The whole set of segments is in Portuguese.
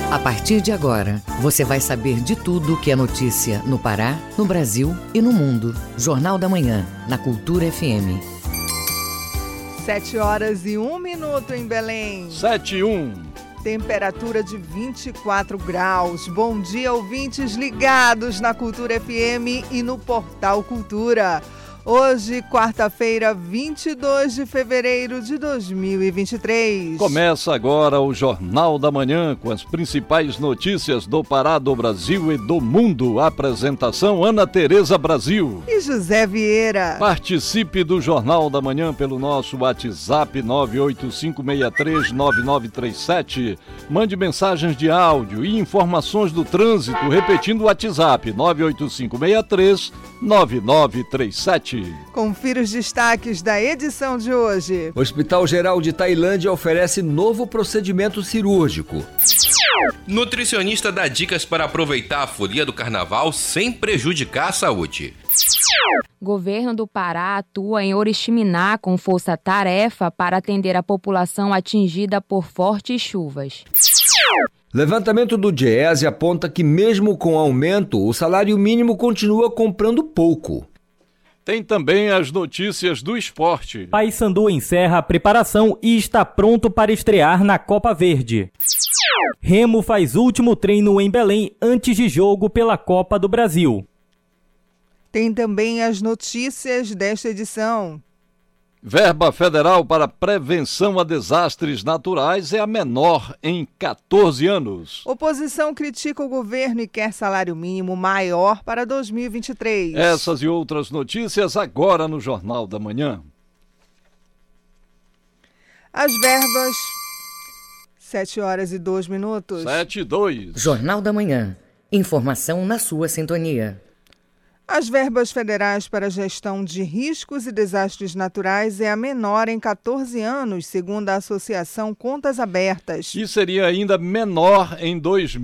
A partir de agora, você vai saber de tudo que é notícia no Pará, no Brasil e no mundo. Jornal da Manhã, na Cultura FM. 7h01 em Belém. 7h01. Temperatura de 24 graus. Bom dia, ouvintes ligados na Cultura FM e no Portal Cultura. Hoje, quarta-feira, 22 de fevereiro de 2023. Começa agora o Jornal da Manhã com as principais notícias do Pará, do Brasil e do mundo. Apresentação Ana Tereza Brasil e José Vieira. Participe do Jornal da Manhã pelo nosso WhatsApp 985639937. Mande mensagens de áudio e informações do trânsito, repetindo o WhatsApp 985639937. Confira os destaques da edição de hoje. O Hospital Geral de Tailândia oferece novo procedimento cirúrgico. Nutricionista dá dicas para aproveitar a folia do carnaval sem prejudicar a saúde. Governo do Pará atua em Oriximiná com força-tarefa para atender a população atingida por fortes chuvas. Levantamento do Diese aponta que mesmo com aumento, o salário mínimo continua comprando pouco. Tem também as notícias do esporte. Paysandu encerra a preparação e está pronto para estrear na Copa Verde. Remo faz último treino em Belém antes de jogo pela Copa do Brasil. Tem também as notícias desta edição. Verba federal para prevenção a desastres naturais é a menor em 14 anos. Oposição critica o governo e quer salário mínimo maior para 2023. Essas e outras notícias agora no Jornal da Manhã. As verbas, 7h02. 7h02. Jornal da Manhã. Informação na sua sintonia. As verbas federais para a gestão de riscos e desastres naturais é a menor em 14 anos, segundo a Associação Contas Abertas. E seria ainda menor em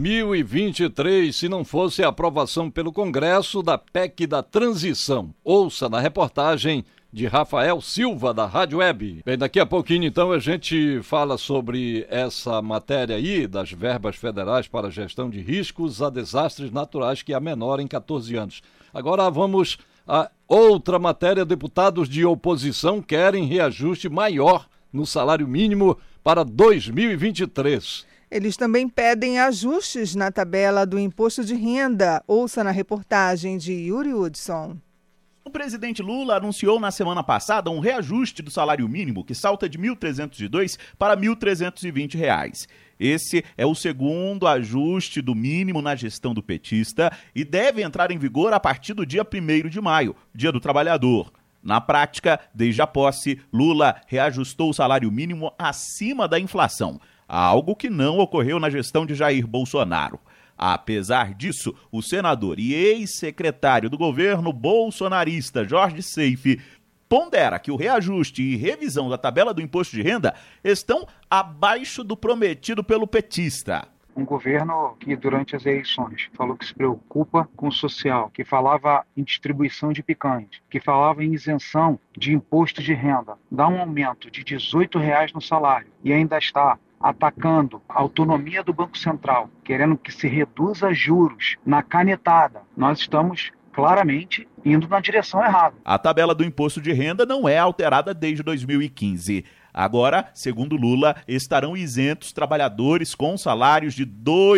2023, se não fosse a aprovação pelo Congresso da PEC da Transição. Ouça na reportagem de Rafael Silva, da Rádio Web. Bem, daqui a pouquinho, então, a gente fala sobre essa matéria aí, das verbas federais para a gestão de riscos a desastres naturais, que é a menor em 14 anos. Agora vamos a outra matéria. Deputados de oposição querem reajuste maior no salário mínimo para 2023. Eles também pedem ajustes na tabela do imposto de renda. Ouça na reportagem de Yuri Hudson. O presidente Lula anunciou na semana passada um reajuste do salário mínimo que salta de R$ 1.302 para R$ 1.320. Esse é o segundo ajuste do mínimo na gestão do petista e deve entrar em vigor a partir do dia 1º de maio, Dia do Trabalhador. Na prática, desde a posse, Lula reajustou o salário mínimo acima da inflação, algo que não ocorreu na gestão de Jair Bolsonaro. Apesar disso, o senador e ex-secretário do governo bolsonarista Jorge Seife pondera que o reajuste e revisão da tabela do imposto de renda estão abaixo do prometido pelo petista. Um governo que durante as eleições falou que se preocupa com o social, que falava em distribuição de picanhas, que falava em isenção de imposto de renda, dá um aumento de R$ 18 no salário e ainda está atacando a autonomia do Banco Central, querendo que se reduza juros na canetada. Nós estamos claramente indo na direção errada. A tabela do imposto de renda não é alterada desde 2015. Agora, segundo Lula, estarão isentos trabalhadores com salários de R$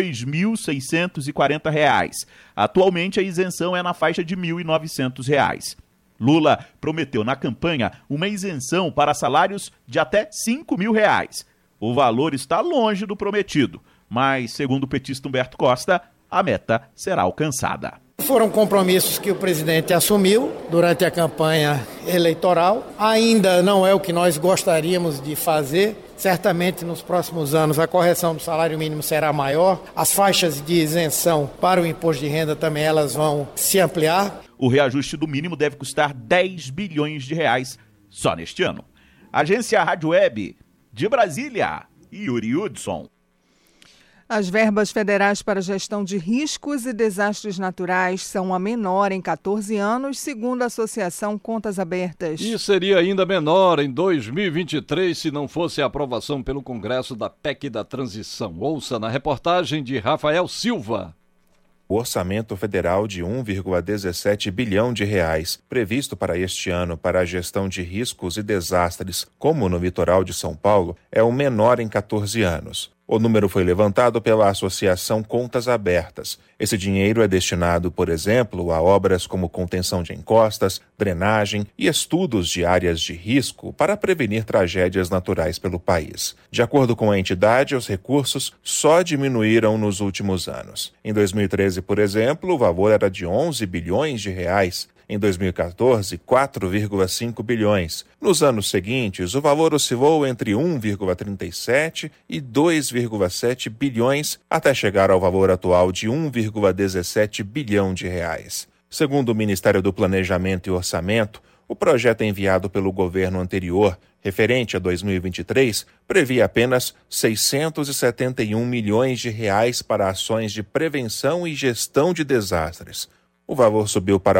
2.640. Atualmente, a isenção é na faixa de R$ 1.900. Lula prometeu na campanha uma isenção para salários de até R$ 5.000. O valor está longe do prometido, mas, segundo o petista Humberto Costa, a meta será alcançada. Foram compromissos que o presidente assumiu durante a campanha eleitoral. Ainda não é o que nós gostaríamos de fazer. Certamente, nos próximos anos, a correção do salário mínimo será maior. As faixas de isenção para o imposto de renda também elas vão se ampliar. O reajuste do mínimo deve custar R$ 10 bilhões só neste ano. Agência Rádio Web de Brasília, Yuri Hudson. As verbas federais para gestão de riscos e desastres naturais são a menor em 14 anos, segundo a Associação Contas Abertas. E seria ainda menor em 2023 se não fosse a aprovação pelo Congresso da PEC da Transição. Ouça na reportagem de Rafael Silva. O orçamento federal de 1,17 bilhão de reais, previsto para este ano para a gestão de riscos e desastres, como no litoral de São Paulo, é o menor em 14 anos. O número foi levantado pela Associação Contas Abertas. Esse dinheiro é destinado, por exemplo, a obras como contenção de encostas, drenagem e estudos de áreas de risco para prevenir tragédias naturais pelo país. De acordo com a entidade, os recursos só diminuíram nos últimos anos. Em 2013, por exemplo, o valor era de 11 bilhões de reais. Em 2014, 4,5 bilhões. Nos anos seguintes, o valor oscilou entre 1,37 e 2,7 bilhões, até chegar ao valor atual de 1,17 bilhão de reais. Segundo o Ministério do Planejamento e Orçamento, o projeto enviado pelo governo anterior, referente a 2023, previa apenas 671 milhões de reais para ações de prevenção e gestão de desastres. O valor subiu para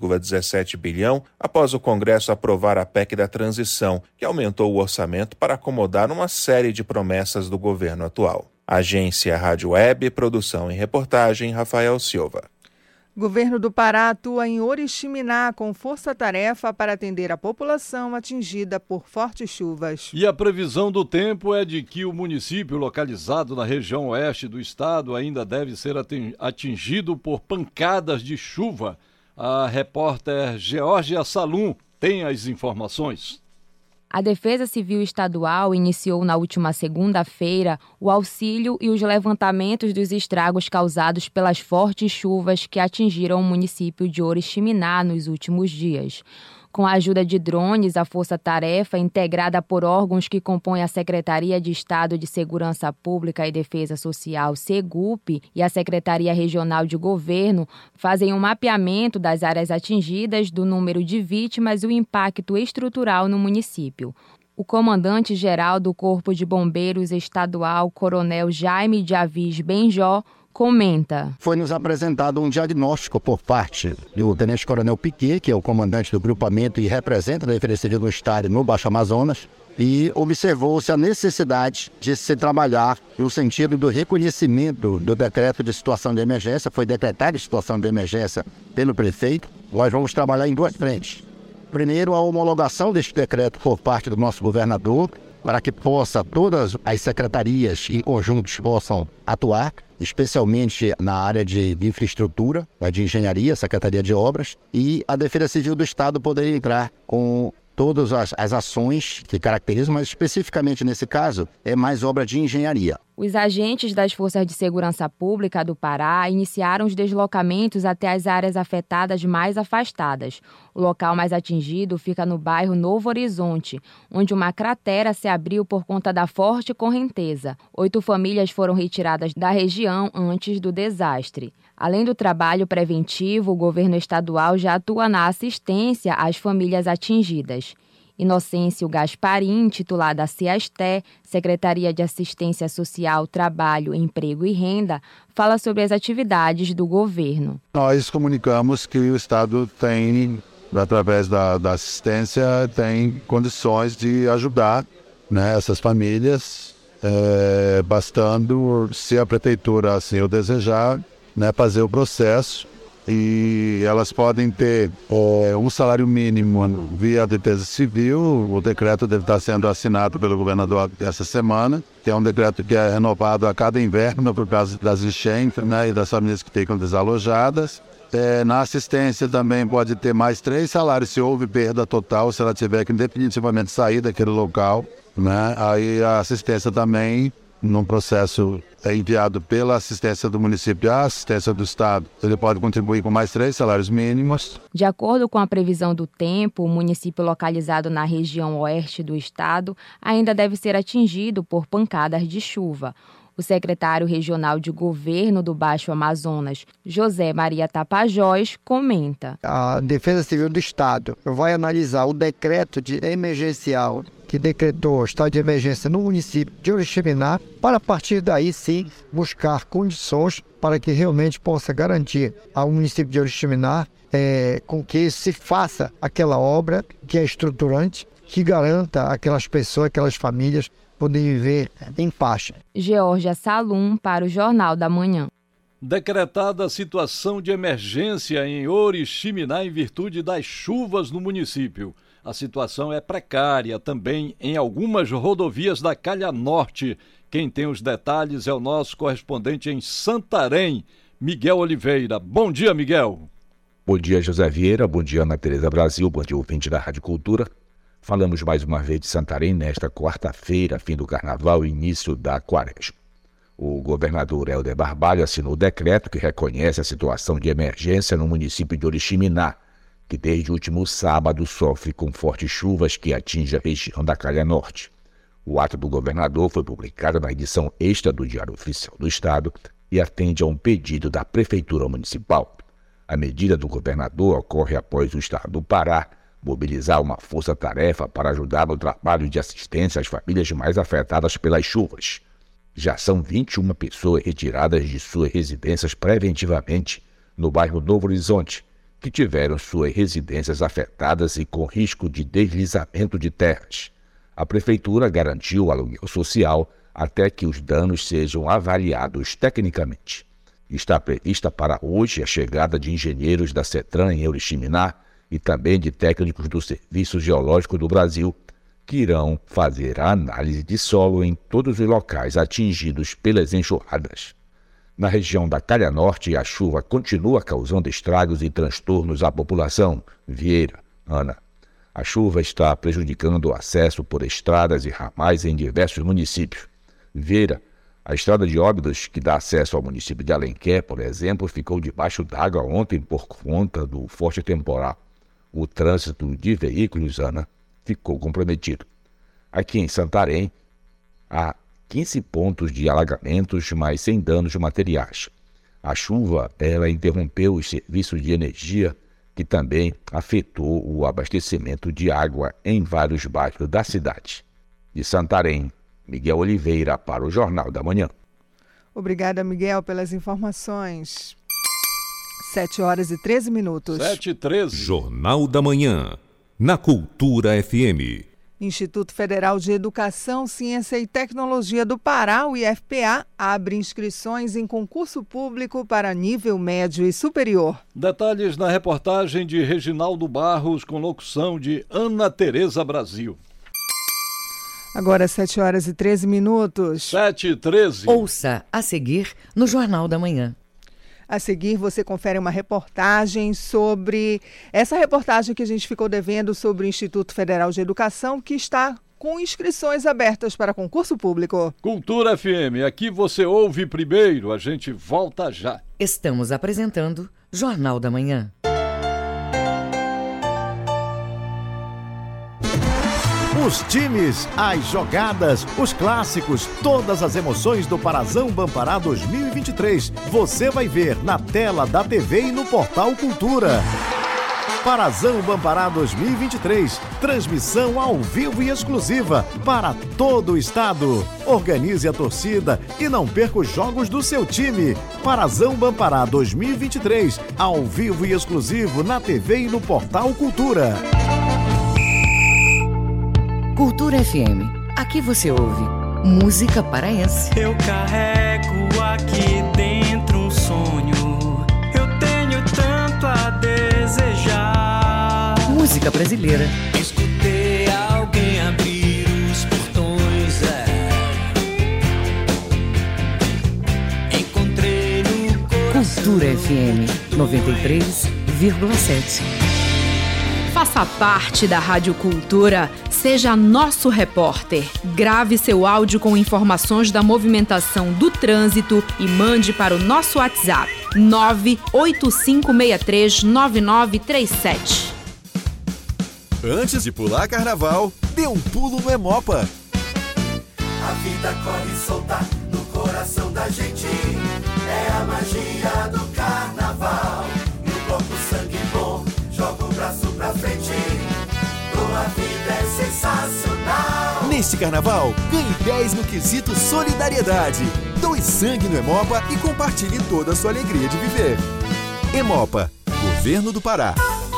1,17 bilhão após o Congresso aprovar a PEC da Transição, que aumentou o orçamento para acomodar uma série de promessas do governo atual. Agência Rádio Web, produção e reportagem, Rafael Silva. Governo do Pará atua em Oriximiná com força-tarefa para atender a população atingida por fortes chuvas. E a previsão do tempo é de que o município localizado na região oeste do estado ainda deve ser atingido por pancadas de chuva. A repórter Geórgia Salum tem as informações. A Defesa Civil Estadual iniciou na última segunda-feira o auxílio e os levantamentos dos estragos causados pelas fortes chuvas que atingiram o município de Oriximiná nos últimos dias. Com a ajuda de drones, a força-tarefa, integrada por órgãos que compõem a Secretaria de Estado de Segurança Pública e Defesa Social, SEGUP, e a Secretaria Regional de Governo, fazem um mapeamento das áreas atingidas, do número de vítimas e o impacto estrutural no município. O comandante-geral do Corpo de Bombeiros Estadual, Coronel Jaime de Avis Benjó, comenta. Foi nos apresentado um diagnóstico por parte do Tenente Coronel Piquet, que é o comandante do grupamento e representa a Defesa Civil do Estado no Baixo Amazonas, e observou-se a necessidade de se trabalhar no sentido do reconhecimento do decreto de situação de emergência. Foi decretada a situação de emergência pelo prefeito. Nós vamos trabalhar em duas frentes. Primeiro, a homologação deste decreto por parte do nosso governador, para que todas as secretarias em conjuntos possam atuar, especialmente na área de infraestrutura, de engenharia, Secretaria de Obras, e a Defesa Civil do Estado poder entrar com todas as ações que caracterizam, mas especificamente nesse caso, é mais obra de engenharia. Os agentes das Forças de Segurança Pública do Pará iniciaram os deslocamentos até as áreas afetadas mais afastadas. O local mais atingido fica no bairro Novo Horizonte, onde uma cratera se abriu por conta da forte correnteza. 8 famílias foram retiradas da região antes do desastre. Além do trabalho preventivo, o governo estadual já atua na assistência às famílias atingidas. Inocêncio Gasparim, titular da CEASTE, Secretaria de Assistência Social, Trabalho, Emprego e Renda, fala sobre as atividades do governo. Nós comunicamos que o Estado tem, através da assistência, tem condições de ajudar, né, essas famílias, bastando, se a prefeitura assim o desejar, né, fazer o processo. E elas podem ter um salário mínimo via Defesa Civil. O decreto deve estar sendo assinado pelo governador essa semana, que é um decreto que é renovado a cada inverno por causa das enchentes, né, e das famílias que ficam desalojadas. Na assistência também pode ter mais 3 salários se houve perda total, se ela tiver que definitivamente sair daquele local, né? Aí a assistência também, num processo enviado pela assistência do município à assistência do Estado, ele pode contribuir com mais 3 salários mínimos. De acordo com a previsão do tempo, o município localizado na região oeste do estado ainda deve ser atingido por pancadas de chuva. O secretário regional de governo do Baixo Amazonas, José Maria Tapajós, comenta. A Defesa Civil do Estado vai analisar o decreto emergencial que decretou o estado de emergência no município de Oriximiná, para a partir daí sim buscar condições para que realmente possa garantir ao município de Oriximiná com que se faça aquela obra que é estruturante, que garanta aquelas pessoas, aquelas famílias poderem viver em paz. Georgia Salum para o Jornal da Manhã. Decretada a situação de emergência em Oriximiná em virtude das chuvas no município. A situação é precária também em algumas rodovias da Calha Norte. Quem tem os detalhes é o nosso correspondente em Santarém, Miguel Oliveira. Bom dia, Miguel. Bom dia, José Vieira. Bom dia, Ana Tereza Brasil. Bom dia, ouvinte da Rádio Cultura. Falamos mais uma vez de Santarém nesta quarta-feira, fim do Carnaval e início da Quaresma. O governador Helder Barbalho assinou o decreto que reconhece a situação de emergência no município de Oriximiná, que desde o último sábado sofre com fortes chuvas que atingem a região da Calha Norte. O ato do governador foi publicado na edição extra do Diário Oficial do Estado e atende a um pedido da Prefeitura Municipal. A medida do governador ocorre após o Estado do Pará mobilizar uma força-tarefa para ajudar no trabalho de assistência às famílias mais afetadas pelas chuvas. Já são 21 pessoas retiradas de suas residências preventivamente no bairro Novo Horizonte, que tiveram suas residências afetadas e com risco de deslizamento de terras. A Prefeitura garantiu o aluguel social até que os danos sejam avaliados tecnicamente. Está prevista para hoje a chegada de engenheiros da CETRAN em Oriximiná e também de técnicos do Serviço Geológico do Brasil, que irão fazer a análise de solo em todos os locais atingidos pelas enxurradas. Na região da Calha Norte, a chuva continua causando estragos e transtornos à população. Vieira, Ana. A chuva está prejudicando o acesso por estradas e ramais em diversos municípios. Vieira, a estrada de Óbidos, que dá acesso ao município de Alenquer, por exemplo, ficou debaixo d'água ontem por conta do forte temporal. O trânsito de veículos, Ana, ficou comprometido. Aqui em Santarém, há 15 pontos de alagamentos, mas sem danos materiais. A chuva, ela interrompeu os serviços de energia, que também afetou o abastecimento de água em vários bairros da cidade. De Santarém, Miguel Oliveira para o Jornal da Manhã. Obrigada, Miguel, pelas informações. 7h13. 7h13. Jornal da Manhã, na Cultura FM. Instituto Federal de Educação, Ciência e Tecnologia do Pará, o IFPA, abre inscrições em concurso público para nível médio e superior. Detalhes na reportagem de Reginaldo Barros, com locução de Ana Tereza Brasil. Agora 7h13. 7h13. Ouça a seguir no Jornal da Manhã. A seguir, você confere uma reportagem sobre essa reportagem que a gente ficou devendo sobre o Instituto Federal de Educação, que está com inscrições abertas para concurso público. Cultura FM, aqui você ouve primeiro, a gente volta já. Estamos apresentando Jornal da Manhã. Os times, as jogadas, os clássicos, todas as emoções do Parazão Bampará 2023. Você vai ver na tela da TV e no Portal Cultura. Parazão Bampará 2023. Transmissão ao vivo e exclusiva para todo o estado. Organize a torcida e não perca os jogos do seu time. Parazão Bampará 2023. Ao vivo e exclusivo na TV e no Portal Cultura. Cultura FM. Aqui você ouve música paraense. Eu carrego aqui dentro um sonho. Eu tenho tanto a desejar. Música brasileira. Escutei alguém abrir os portões. Encontrei no coração. Cultura FM 93,7. Faça parte da Rádio Cultura, seja nosso repórter. Grave seu áudio com informações da movimentação do trânsito e mande para o nosso WhatsApp 985639937. Antes de pular carnaval, dê um pulo no Emopa. A vida corre solta no coração. carnaval, ganhe 10 no quesito solidariedade. Doe sangue no Hemopa e compartilhe toda a sua alegria de viver. Hemopa, Governo do Pará.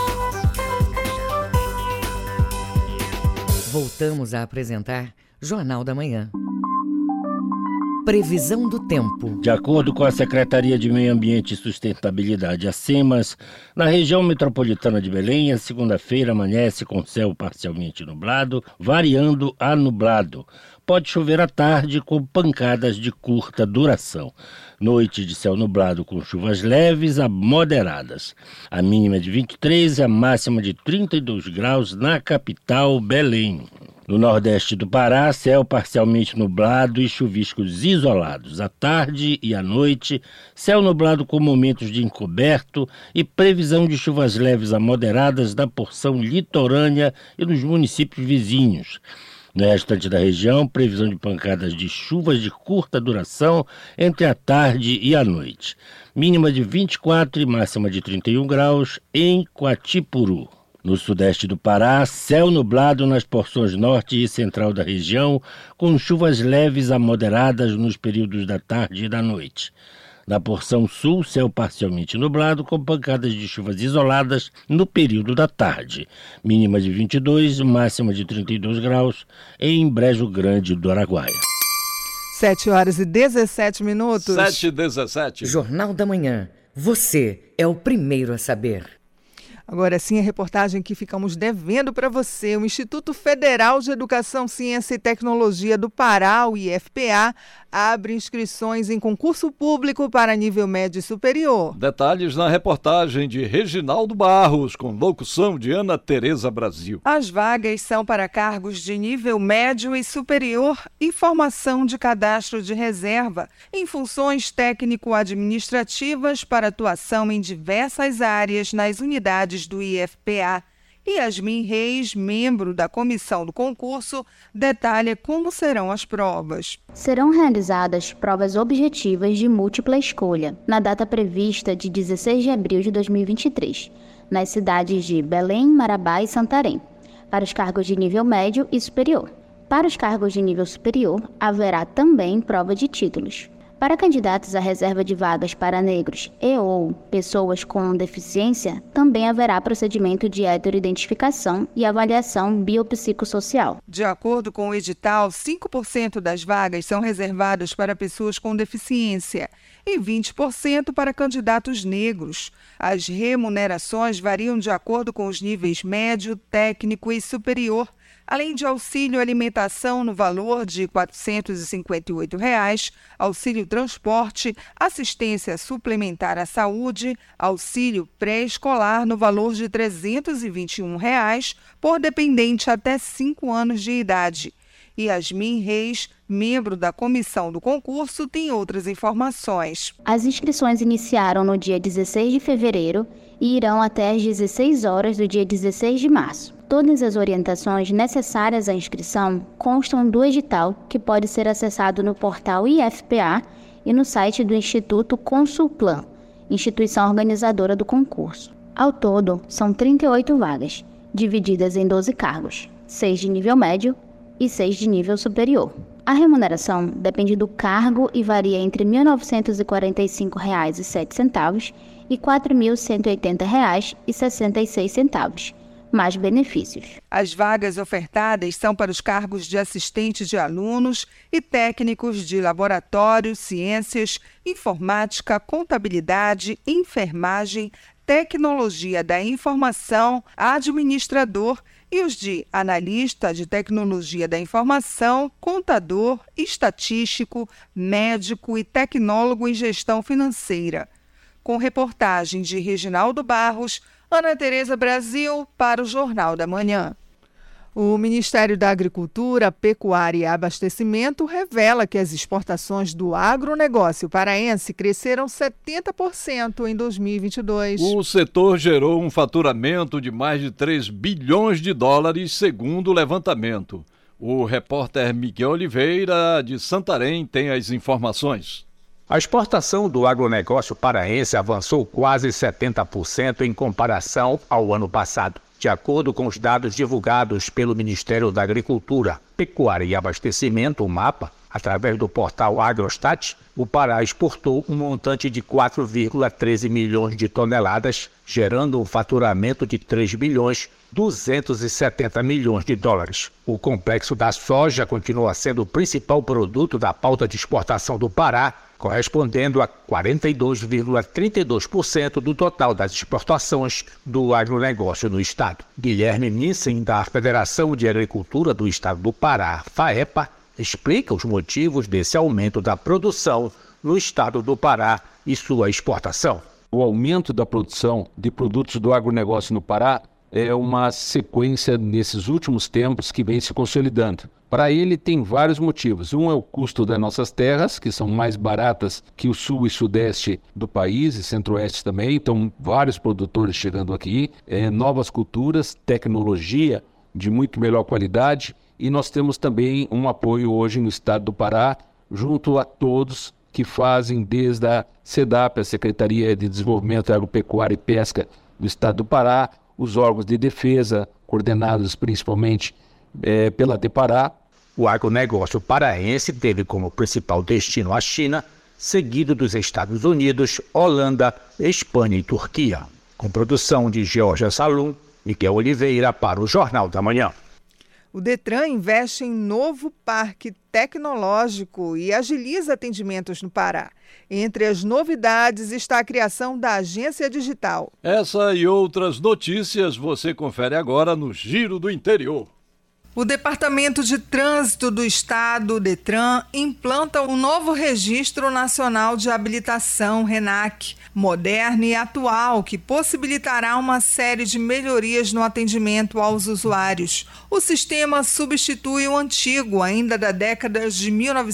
Voltamos a apresentar Jornal da Manhã. Previsão do tempo. De acordo com a Secretaria de Meio Ambiente e Sustentabilidade, a SEMAS, na região metropolitana de Belém, a segunda-feira amanhece com céu parcialmente nublado, variando a nublado. Pode chover à tarde com pancadas de curta duração. Noite de céu nublado com chuvas leves a moderadas. A mínima de 23 e a máxima de 32 graus na capital, Belém. No nordeste do Pará, céu parcialmente nublado e chuviscos isolados. À tarde e à noite, céu nublado com momentos de encoberto e previsão de chuvas leves a moderadas na porção litorânea e nos municípios vizinhos. No restante da região, previsão de pancadas de chuvas de curta duração entre a tarde e a noite. Mínima de 24 e máxima de 31 graus em Quatipuru. No sudeste do Pará, céu nublado nas porções norte e central da região, com chuvas leves a moderadas nos períodos da tarde e da noite. Na porção sul, céu parcialmente nublado, com pancadas de chuvas isoladas no período da tarde. Mínima de 22, máxima de 32 graus em Brejo Grande do Araguaia. 7h17. 7h17. Jornal da Manhã. Você é o primeiro a saber. Agora sim, a reportagem que ficamos devendo para você. O Instituto Federal de Educação, Ciência e Tecnologia do Pará, o IFPA, abre inscrições em concurso público para nível médio e superior. Detalhes na reportagem de Reginaldo Barros, com locução de Ana Tereza Brasil. As vagas são para cargos de nível médio e superior e formação de cadastro de reserva em funções técnico-administrativas para atuação em diversas áreas nas unidades do IFPA. Yasmin Reis, membro da comissão do concurso, detalha como serão as provas. Serão realizadas provas objetivas de múltipla escolha, na data prevista de 16 de abril de 2023, nas cidades de Belém, Marabá e Santarém, para os cargos de nível médio e superior. Para os cargos de nível superior, haverá também prova de títulos. Para candidatos à reserva de vagas para negros e/ou pessoas com deficiência, também haverá procedimento de heteroidentificação e avaliação biopsicossocial. De acordo com o edital, 5% das vagas são reservadas para pessoas com deficiência e 20% para candidatos negros. As remunerações variam de acordo com os níveis médio, técnico e superior, além de auxílio alimentação no valor de R$ 458, auxílio transporte, assistência suplementar à saúde, auxílio pré-escolar no valor de R$ 321 por dependente até 5 anos de idade. Yasmin Reis, membro da comissão do concurso, tem outras informações. As inscrições iniciaram no dia 16 de fevereiro e irão até às 16 horas do dia 16 de março. Todas as orientações necessárias à inscrição constam do edital, que pode ser acessado no portal IFPA e no site do Instituto Consulplan, instituição organizadora do concurso. Ao todo, são 38 vagas, divididas em 12 cargos, 6 de nível médio e 6 de nível superior. A remuneração depende do cargo e varia entre R$ 1.945,07 e R$ 4.180,66, mais benefícios. As vagas ofertadas são para os cargos de assistente de alunos e técnicos de laboratório, ciências, informática, contabilidade, enfermagem, tecnologia da informação, administrador e os de analista de tecnologia da informação, contador, estatístico, médico e tecnólogo em gestão financeira. Com reportagem de Reginaldo Barros, Ana Tereza Brasil para o Jornal da Manhã. O Ministério da Agricultura, Pecuária e Abastecimento revela que as exportações do agronegócio paraense cresceram 70% em 2022. O setor gerou um faturamento de mais de 3 bilhões de dólares, segundo o levantamento. O repórter Miguel Oliveira, de Santarém, tem as informações. A exportação do agronegócio paraense avançou quase 70% em comparação ao ano passado, de acordo com os dados divulgados pelo Ministério da Agricultura. Pecuária e Abastecimento, o MAPA, através do portal Agrostat, o Pará exportou um montante de 4,13 milhões de toneladas, gerando um faturamento de 3,270 milhões de dólares. O complexo da soja continua sendo o principal produto da pauta de exportação do Pará, correspondendo a 42,32% do total das exportações do agronegócio no estado. Guilherme Nissen, da Federação de Agricultura do Estado do Pará, FAEPA, explica os motivos desse aumento da produção no estado do Pará e sua exportação. O aumento da produção de produtos do agronegócio no Pará é uma sequência nesses últimos tempos que vem se consolidando. Para ele tem vários motivos. Um é o custo das nossas terras, que são mais baratas que o sul e sudeste do país, e centro-oeste também, então vários produtores chegando aqui, novas culturas, tecnologia de muito melhor qualidade, e nós temos também um apoio hoje no estado do Pará, junto a todos que fazem desde a SEDAP, a Secretaria de Desenvolvimento Agropecuária e Pesca do estado do Pará, os órgãos de defesa, coordenados principalmente pela DEPARÁ. O agronegócio paraense teve como principal destino a China, seguido dos Estados Unidos, Holanda, Espanha e Turquia. Com produção de Georgia Salum, Miquel Oliveira para o Jornal da Manhã. O Detran investe em novo parque tecnológico e agiliza atendimentos no Pará. Entre as novidades está a criação da Agência Digital. Essa e outras notícias você confere agora no Giro do Interior. O Departamento de Trânsito do Estado, Detran, implanta um novo Registro Nacional de Habilitação, RENAC, moderno e atual, que possibilitará uma série de melhorias no atendimento aos usuários. O sistema substitui o antigo, ainda da década de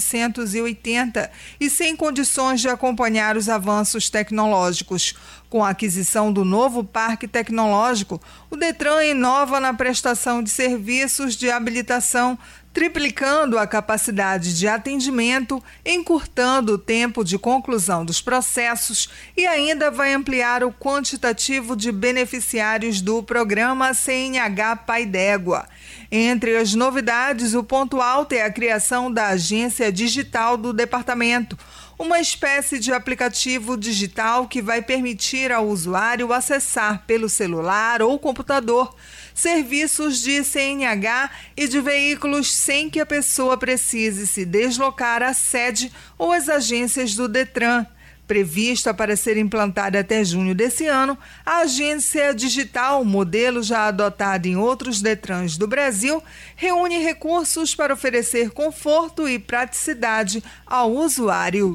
1980, e sem condições de acompanhar os avanços tecnológicos. Com a aquisição do novo parque tecnológico, o Detran inova na prestação de serviços de habilitação, triplicando a capacidade de atendimento, encurtando o tempo de conclusão dos processos e ainda vai ampliar o quantitativo de beneficiários do programa CNH Pai d'Égua. Entre as novidades, o ponto alto é a criação da Agência Digital do Departamento, uma espécie de aplicativo digital que vai permitir ao usuário acessar pelo celular ou computador serviços de CNH e de veículos sem que a pessoa precise se deslocar à sede ou às agências do Detran. Prevista para ser implantada até junho desse ano, a agência digital, modelo já adotado em outros Detrans do Brasil, reúne recursos para oferecer conforto e praticidade ao usuário.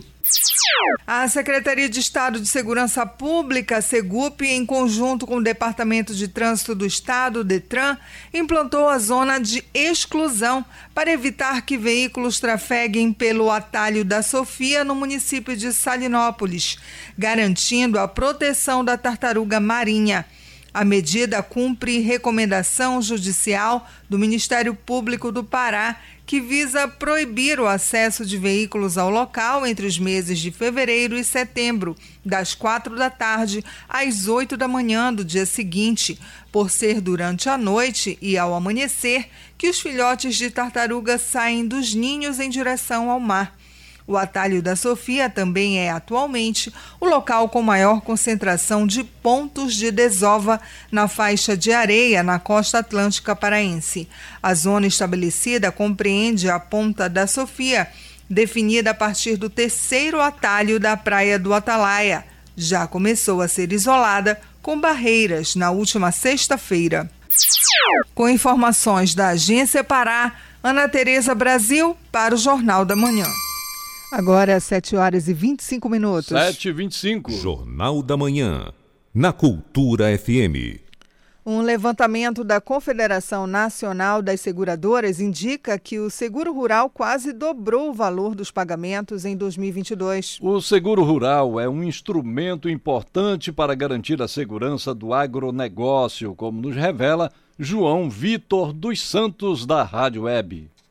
A Secretaria de Estado de Segurança Pública, SEGUP, em conjunto com o Departamento de Trânsito do Estado, DETRAN, implantou a zona de exclusão para evitar que veículos trafeguem pelo atalho da Sofia no município de Salinópolis, garantindo a proteção da tartaruga marinha. A medida cumpre recomendação judicial do Ministério Público do Pará, que visa proibir o acesso de veículos ao local entre os meses de fevereiro e setembro, das 4 da tarde às 8 da manhã do dia seguinte, por ser durante a noite e ao amanhecer que os filhotes de tartaruga saem dos ninhos em direção ao mar. O atalho da Sofia também é, atualmente, o local com maior concentração de pontos de desova na faixa de areia na costa atlântica paraense. A zona estabelecida compreende a Ponta da Sofia, definida a partir do terceiro atalho da Praia do Atalaia. Já começou a ser isolada com barreiras na última sexta-feira. Com informações da Agência Pará, Ana Tereza Brasil para o Jornal da Manhã. Agora é 7h25. 7h25. Jornal da Manhã, na Cultura FM. Um levantamento da Confederação Nacional das Seguradoras indica que o seguro rural quase dobrou o valor dos pagamentos em 2022. O seguro rural é um instrumento importante para garantir a segurança do agronegócio, como nos revela João Vitor dos Santos, da Rádio Web.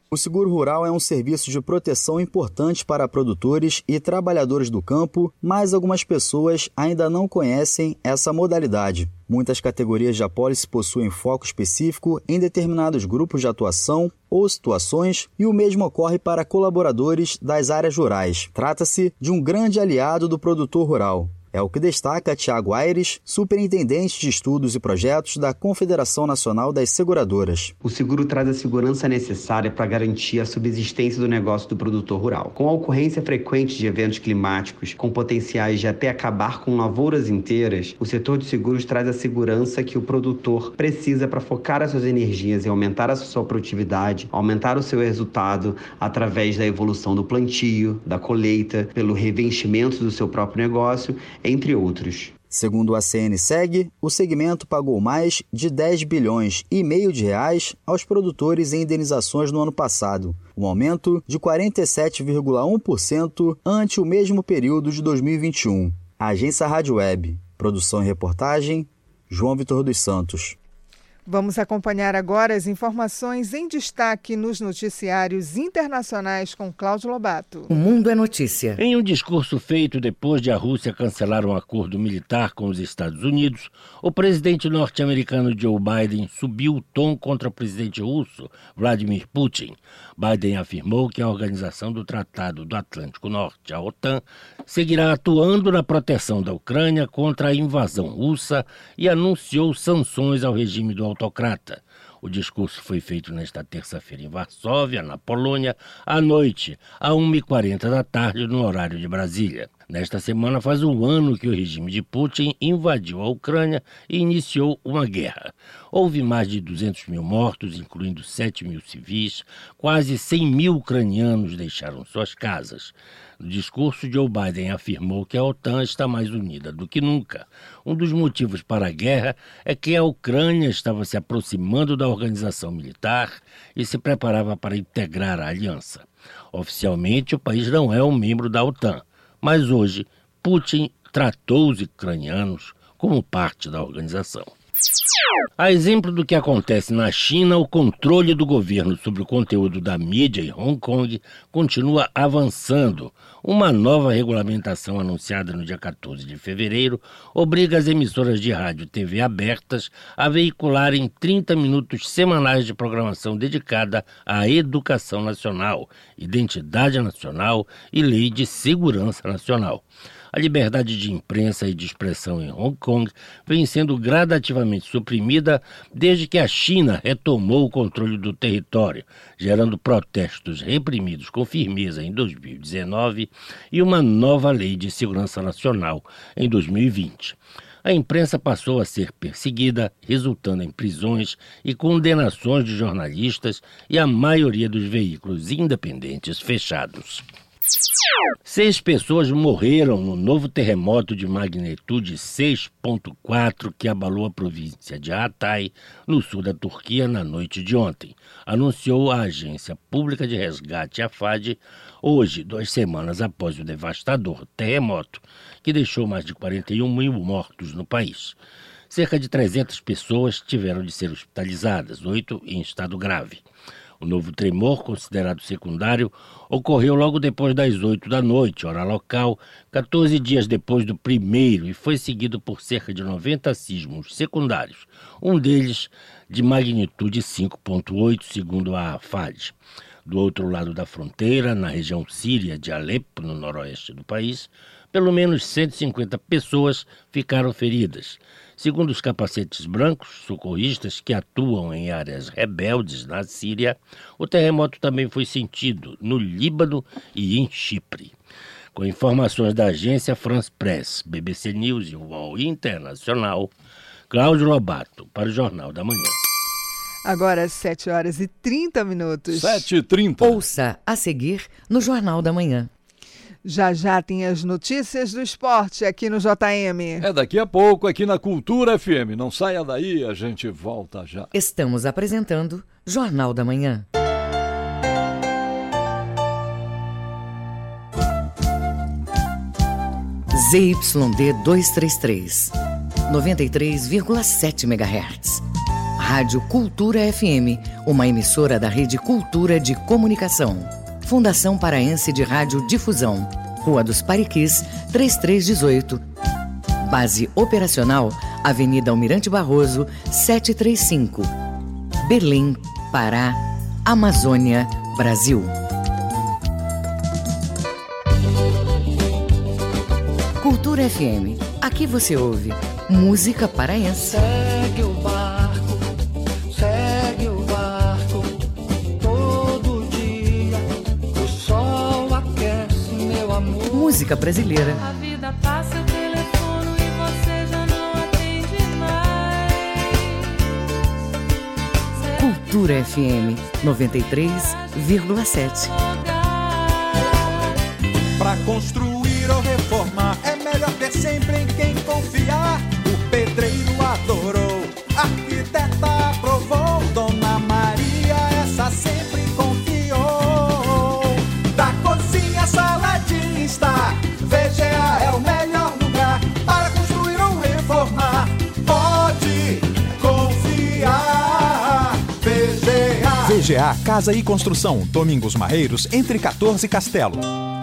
O seguro rural é um serviço de proteção importante para produtores e trabalhadores do campo, mas algumas pessoas ainda não conhecem essa modalidade. Muitas categorias de apólice possuem foco específico em determinados grupos de atuação ou situações, e o mesmo ocorre para colaboradores das áreas rurais. Trata-se de um grande aliado do produtor rural. É o que destaca Tiago Aires, superintendente de estudos e projetos da Confederação Nacional das Seguradoras. O seguro traz a segurança necessária para garantir a subsistência do negócio do produtor rural. Com a ocorrência frequente de eventos climáticos, com potenciais de até acabar com lavouras inteiras, o setor de seguros traz a segurança que o produtor precisa para focar as suas energias e aumentar a sua produtividade, aumentar o seu resultado através da evolução do plantio, da colheita, pelo revestimento do seu próprio negócio, entre outros. Segundo a CNSEG, o segmento pagou mais de 10 bilhões e meio de reais aos produtores em indenizações no ano passado, um aumento de 47,1% ante o mesmo período de 2021. A Agência Rádio Web, produção e reportagem, João Vitor dos Santos. Vamos acompanhar agora as informações em destaque nos noticiários internacionais com Cláudio Lobato. O Mundo é Notícia. Em um discurso feito depois de a Rússia cancelar um acordo militar com os Estados Unidos, o presidente norte-americano Joe Biden subiu o tom contra o presidente russo Vladimir Putin. Biden afirmou que a Organização do Tratado do Atlântico Norte, a OTAN, seguirá atuando na proteção da Ucrânia contra a invasão russa e anunciou sanções ao regime do autocrata. O discurso foi feito nesta terça-feira em Varsóvia, na Polônia, à noite, às 1h40 da tarde, no horário de Brasília. Nesta semana faz um ano que o regime de Putin invadiu a Ucrânia e iniciou uma guerra. Houve mais de 200 mil mortos, incluindo 7 mil civis, quase 100 mil ucranianos deixaram suas casas. No discurso, Joe Biden afirmou que a OTAN está mais unida do que nunca. Um dos motivos para a guerra é que a Ucrânia estava se aproximando da organização militar e se preparava para integrar a aliança. Oficialmente, o país não é um membro da OTAN, mas hoje Putin tratou os ucranianos como parte da organização. A exemplo do que acontece na China, o controle do governo sobre o conteúdo da mídia em Hong Kong continua avançando. Uma nova regulamentação anunciada no dia 14 de fevereiro obriga as emissoras de rádio e TV abertas a veicularem 30 minutos semanais de programação dedicada à educação nacional, identidade nacional e lei de segurança nacional. A liberdade de imprensa e de expressão em Hong Kong vem sendo gradativamente suprimida desde que a China retomou o controle do território, gerando protestos reprimidos com firmeza em 2019 e uma nova lei de segurança nacional em 2020. A imprensa passou a ser perseguida, resultando em prisões e condenações de jornalistas e a maioria dos veículos independentes fechados. 6 pessoas morreram no novo terremoto de magnitude 6,4 que abalou a província de Hatay, no sul da Turquia, na noite de ontem, anunciou a Agência Pública de Resgate, AFAD, hoje, 2 semanas após o devastador terremoto, que deixou mais de 41 mil mortos no país. Cerca de 300 pessoas tiveram de ser hospitalizadas, 8 em estado grave. O novo tremor, considerado secundário, ocorreu logo depois das 8 da noite, hora local, 14 dias depois do primeiro, e foi seguido por cerca de 90 sismos secundários, um deles de magnitude 5,8, segundo a AFAD. Do outro lado da fronteira, na região síria de Alepo, no noroeste do país, pelo menos 150 pessoas ficaram feridas. Segundo os capacetes brancos, socorristas que atuam em áreas rebeldes na Síria, o terremoto também foi sentido no Líbano e em Chipre. Com informações da agência France Press, BBC News e UOL Internacional, Cláudio Lobato, para o Jornal da Manhã. Agora 7h30. 7h30. Ouça a seguir no Jornal da Manhã. Já já tem as notícias do esporte aqui no JM. É daqui a pouco aqui na Cultura FM. Não saia daí, a gente volta já. Estamos apresentando Jornal da Manhã. ZYD 233, 93,7 MHz. Rádio Cultura FM, uma emissora da Rede Cultura de Comunicação. Fundação Paraense de Rádio Difusão. Rua dos Pariquis, 3318. Base operacional, Avenida Almirante Barroso, 735. Belém, Pará, Amazônia, Brasil. Cultura FM. Aqui você ouve música paraense. Segue o barco, todo dia o sol aquece meu amor. Música brasileira. A vida passa, o telefone e você já não atende mais. Cultura FM 93,7. Pra construir ou reformar é melhor ter sempre em quem confiar. O pedreiro adorou, a arquiteta aprovou, Dona Maria essa sempre confiou. Da cozinha à sala de estar, VGA é o melhor lugar para construir ou reformar. Pode confiar, VGA. VGA Casa e Construção, Domingos Marreiros, entre 14 e Castelo.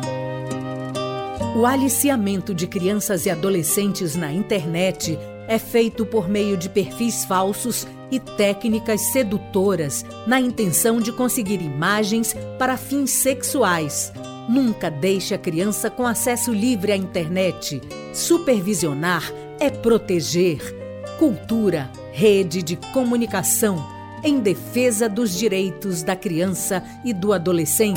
O aliciamento de crianças e adolescentes na internet é feito por meio de perfis falsos e técnicas sedutoras, na intenção de conseguir imagens para fins sexuais. Nunca deixe a criança com acesso livre à internet. Supervisionar é proteger. Cultura, rede de comunicação, em defesa dos direitos da criança e do adolescente.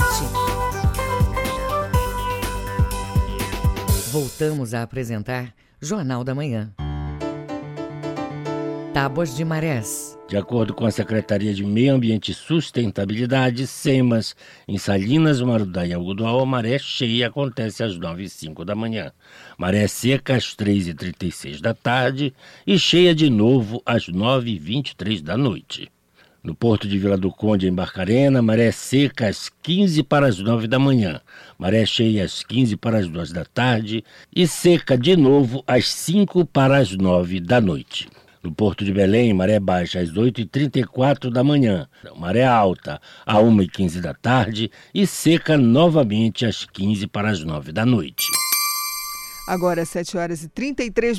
Voltamos a apresentar Jornal da Manhã. Tábuas de marés. De acordo com a Secretaria de Meio Ambiente e Sustentabilidade, SEMAS, em Salinas, Marudá e Algodoal, a maré cheia acontece às 9h05 da manhã. Maré seca às 3h36 da tarde e cheia de novo às 9h23 da noite. No porto de Vila do Conde, em Barcarena, maré seca às 15 para as 9 da manhã, maré cheia às 15 para as 2 da tarde e seca de novo às 5 para as 9 da noite. No porto de Belém, maré baixa às 8h34 da manhã, maré alta às 1h15 da tarde e seca novamente às 15 para as 9 da noite. Agora 7h33.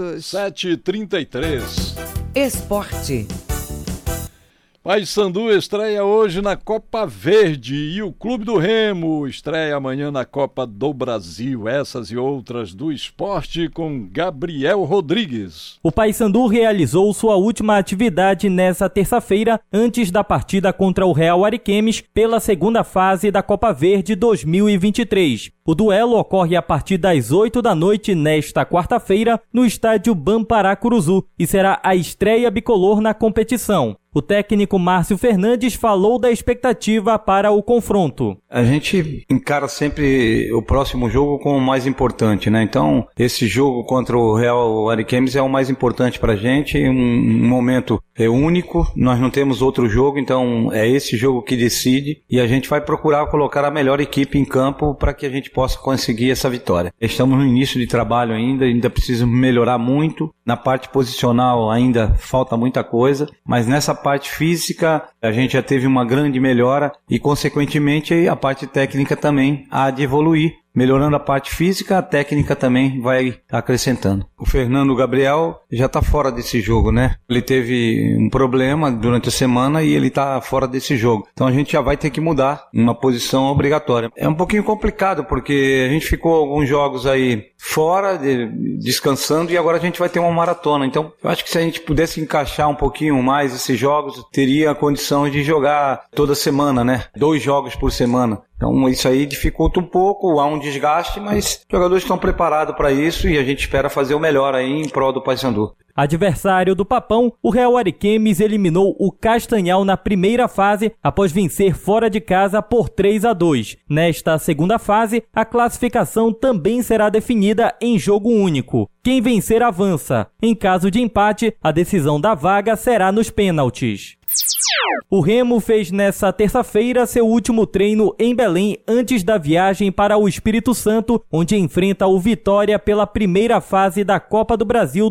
7h33. Esporte. Paysandu estreia hoje na Copa Verde e o Clube do Remo estreia amanhã na Copa do Brasil. Essas e outras do esporte com Gabriel Rodrigues. O Paysandu realizou sua última atividade nesta terça-feira, antes da partida contra o Real Ariquemes pela segunda fase da Copa Verde 2023. O duelo ocorre a partir das 8 da noite nesta quarta-feira no estádio Bamparacuruzu e será a estreia bicolor na competição. O técnico Márcio Fernandes falou da expectativa para o confronto. A gente encara sempre o próximo jogo como o mais importante, né? Então, esse jogo contra o Real Ariquemes é o mais importante para a gente, um momento único, nós não temos outro jogo, então é esse jogo que decide e a gente vai procurar colocar a melhor equipe em campo para que a gente possa conseguir essa vitória. Estamos no início de trabalho ainda precisamos melhorar muito, na parte posicional ainda falta muita coisa, mas nessa parte física a gente já teve uma grande melhora e consequentemente a parte técnica também há de evoluir. Melhorando a parte física, a técnica também vai acrescentando. O Fernando Gabriel já está fora desse jogo, né? Ele teve um problema durante a semana e ele está fora desse jogo. Então a gente já vai ter que mudar uma posição obrigatória. É um pouquinho complicado porque a gente ficou alguns jogos aí fora, descansando, e agora a gente vai ter uma maratona. Então eu acho que se a gente pudesse encaixar um pouquinho mais esses jogos, teria a condição de jogar toda semana, né? 2 jogos por semana. Então isso aí dificulta um pouco, há um desgaste, mas os jogadores estão preparados para isso e a gente espera fazer o melhor aí em prol do Paysandu. Adversário do Papão, o Real Ariquemes eliminou o Castanhal na primeira fase após vencer fora de casa por 3-2. Nesta segunda fase, a classificação também será definida em jogo único. Quem vencer avança. Em caso de empate, a decisão da vaga será nos pênaltis. O Remo fez nesta terça-feira seu último treino em Belém antes da viagem para o Espírito Santo, onde enfrenta o Vitória pela primeira fase da Copa do Brasil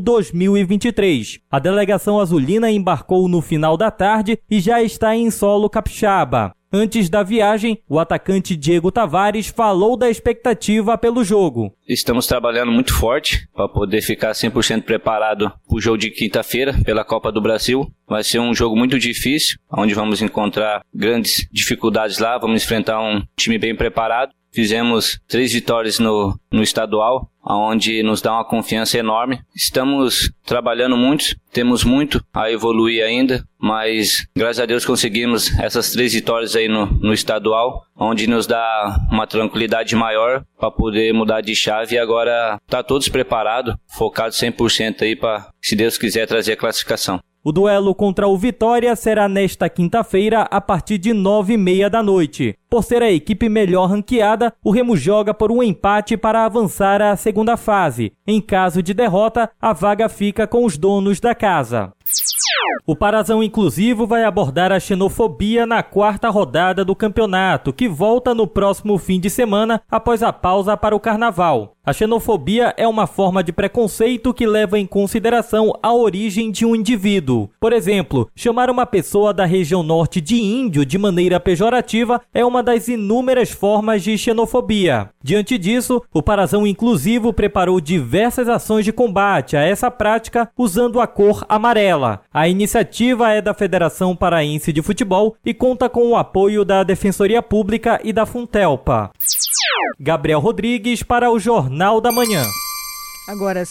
2023. A delegação azulina embarcou no final da tarde e já está em solo capixaba. Antes da viagem, o atacante Diego Tavares falou da expectativa pelo jogo. Estamos trabalhando muito forte para poder ficar 100% preparado para o jogo de quinta-feira pela Copa do Brasil. Vai ser um jogo muito difícil, onde vamos encontrar grandes dificuldades lá, vamos enfrentar um time bem preparado. Fizemos 3 vitórias no estadual, onde nos dá uma confiança enorme. Estamos trabalhando muito, temos muito a evoluir ainda, mas graças a Deus conseguimos essas 3 vitórias aí no estadual, onde nos dá uma tranquilidade maior para poder mudar de chave e agora tá todos preparados, focados 100% aí para, se Deus quiser, trazer a classificação. O duelo contra o Vitória será nesta quinta-feira a partir de 9h30 da noite. Por ser a equipe melhor ranqueada, o Remo joga por um empate para avançar à segunda fase. Em caso de derrota, a vaga fica com os donos da casa. O Parazão Inclusivo vai abordar a xenofobia na 4ª rodada do campeonato, que volta no próximo fim de semana após a pausa para o carnaval. A xenofobia é uma forma de preconceito que leva em consideração a origem de um indivíduo. Por exemplo, chamar uma pessoa da região norte de índio de maneira pejorativa é uma das inúmeras formas de xenofobia. Diante disso, o Parazão Inclusivo preparou diversas ações de combate a essa prática usando a cor amarela. A iniciativa é da Federação Paraense de Futebol e conta com o apoio da Defensoria Pública e da Funtelpa. Gabriel Rodrigues para o Jornal da Manhã. Agora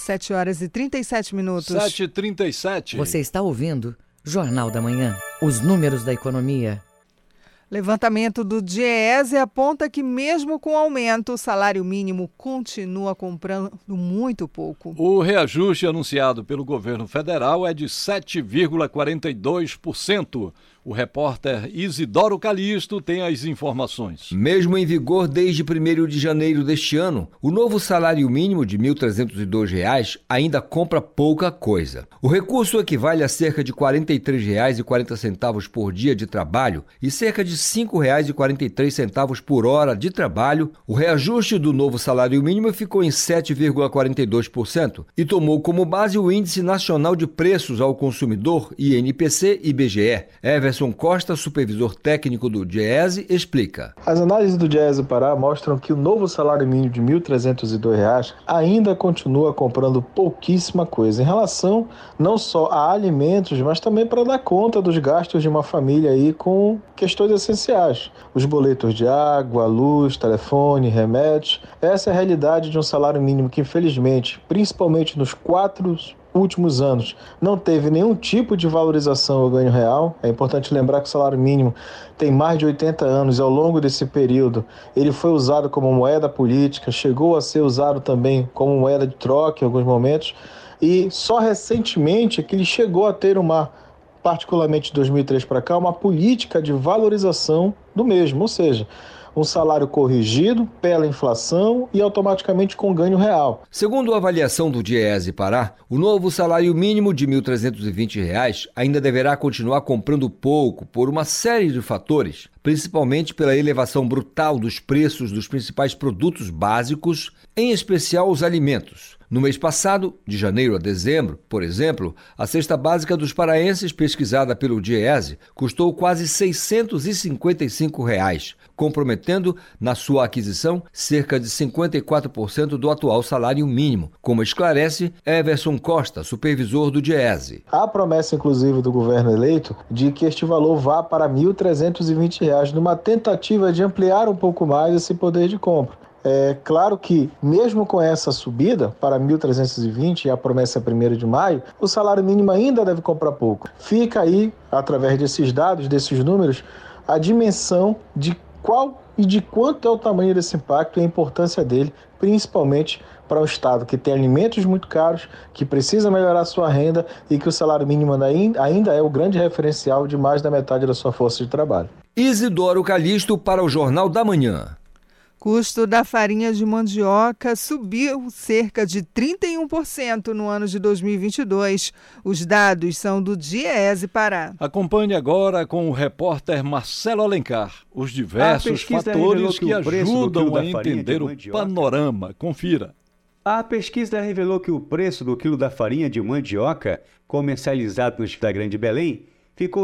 7h37. 7h37. Você está ouvindo Jornal da Manhã. Os números da economia. Levantamento do DIEESE aponta que mesmo com aumento, o salário mínimo continua comprando muito pouco. O reajuste anunciado pelo governo federal é de 7,42%. O repórter Isidoro Calixto tem as informações. Mesmo em vigor desde 1º de janeiro deste ano, o novo salário mínimo de R$ 1.302 ainda compra pouca coisa. O recurso equivale a cerca de R$ 43,40 por dia de trabalho e cerca de R$ 5,43 por hora de trabalho. O reajuste do novo salário mínimo ficou em 7,42% e tomou como base o Índice Nacional de Preços ao Consumidor, INPC-IBGE. Everson Costa, supervisor técnico do DIEESE, explica. As análises do DIEESE Pará mostram que o novo salário mínimo de R$ 1.302 ainda continua comprando pouquíssima coisa em relação não só a alimentos, mas também para dar conta dos gastos de uma família aí com questões essenciais. Os boletos de água, luz, telefone, remédios. Essa é a realidade de um salário mínimo que, infelizmente, principalmente nos 4 últimos anos, não teve nenhum tipo de valorização ao ganho real. É importante lembrar que o salário mínimo tem mais de 80 anos e ao longo desse período ele foi usado como moeda política, chegou a ser usado também como moeda de troca em alguns momentos e só recentemente é que ele chegou a ter particularmente de 2003 para cá, uma política de valorização do mesmo, ou seja, um salário corrigido pela inflação e automaticamente com ganho real. Segundo a avaliação do DIEESE Pará, o novo salário mínimo de R$ 1.320 ainda deverá continuar comprando pouco por uma série de fatores, principalmente pela elevação brutal dos preços dos principais produtos básicos, em especial os alimentos. No mês passado, de janeiro a dezembro, por exemplo, a cesta básica dos paraenses, pesquisada pelo DIEESE, custou quase R$ 655, comprometendo, na sua aquisição, cerca de 54% do atual salário mínimo, como esclarece Everson Costa, supervisor do DIEESE. Há promessa, inclusive, do governo eleito de que este valor vá para R$ 1.320, numa tentativa de ampliar um pouco mais esse poder de compra. É claro que, mesmo com essa subida para 1.320 e a promessa é 1º de maio, o salário mínimo ainda deve comprar pouco. Fica aí, através desses dados, desses números, a dimensão de qual e de quanto é o tamanho desse impacto e a importância dele, principalmente para um estado que tem alimentos muito caros, que precisa melhorar a sua renda e que o salário mínimo ainda é o grande referencial de mais da metade da sua força de trabalho. Isidoro Calixto para o Jornal da Manhã. Custo da farinha de mandioca subiu cerca de 31% no ano de 2022. Os dados são do Diese Pará. Acompanhe agora com o repórter Marcelo Alencar os diversos fatores que ajudam a entender o panorama. Confira. A pesquisa revelou que o preço do quilo da farinha de mandioca, comercializado no Instagram de Belém, ficou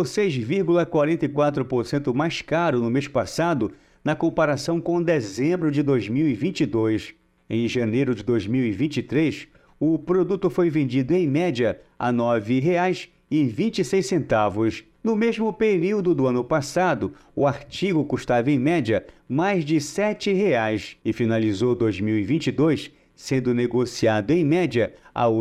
6,44% mais caro no mês passado, na comparação com dezembro de 2022. Em janeiro de 2023, o produto foi vendido em média a R$ 9,26. No mesmo período do ano passado, o artigo custava em média mais de R$ 7,00 e finalizou 2022 sendo negociado em média a R$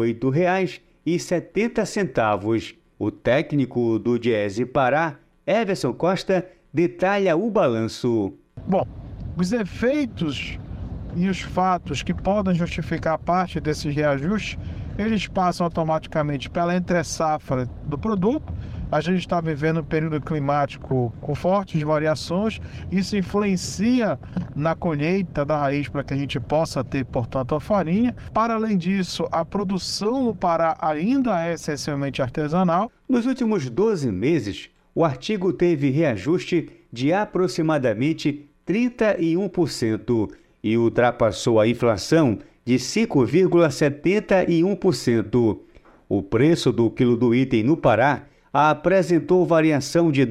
8,70. O técnico do Diese Pará, Everson Costa, detalha o balanço. Bom, os efeitos e os fatos que podem justificar parte desses reajustes, eles passam automaticamente pela entre-safra do produto. A gente está vivendo um período climático com fortes variações, isso influencia na colheita da raiz para que a gente possa ter, portanto, a farinha. Para além disso, a produção no Pará ainda é essencialmente artesanal. Nos últimos 12 meses, o artigo teve reajuste de aproximadamente 31% e ultrapassou a inflação de 5,71%. O preço do quilo do item no Pará apresentou variação de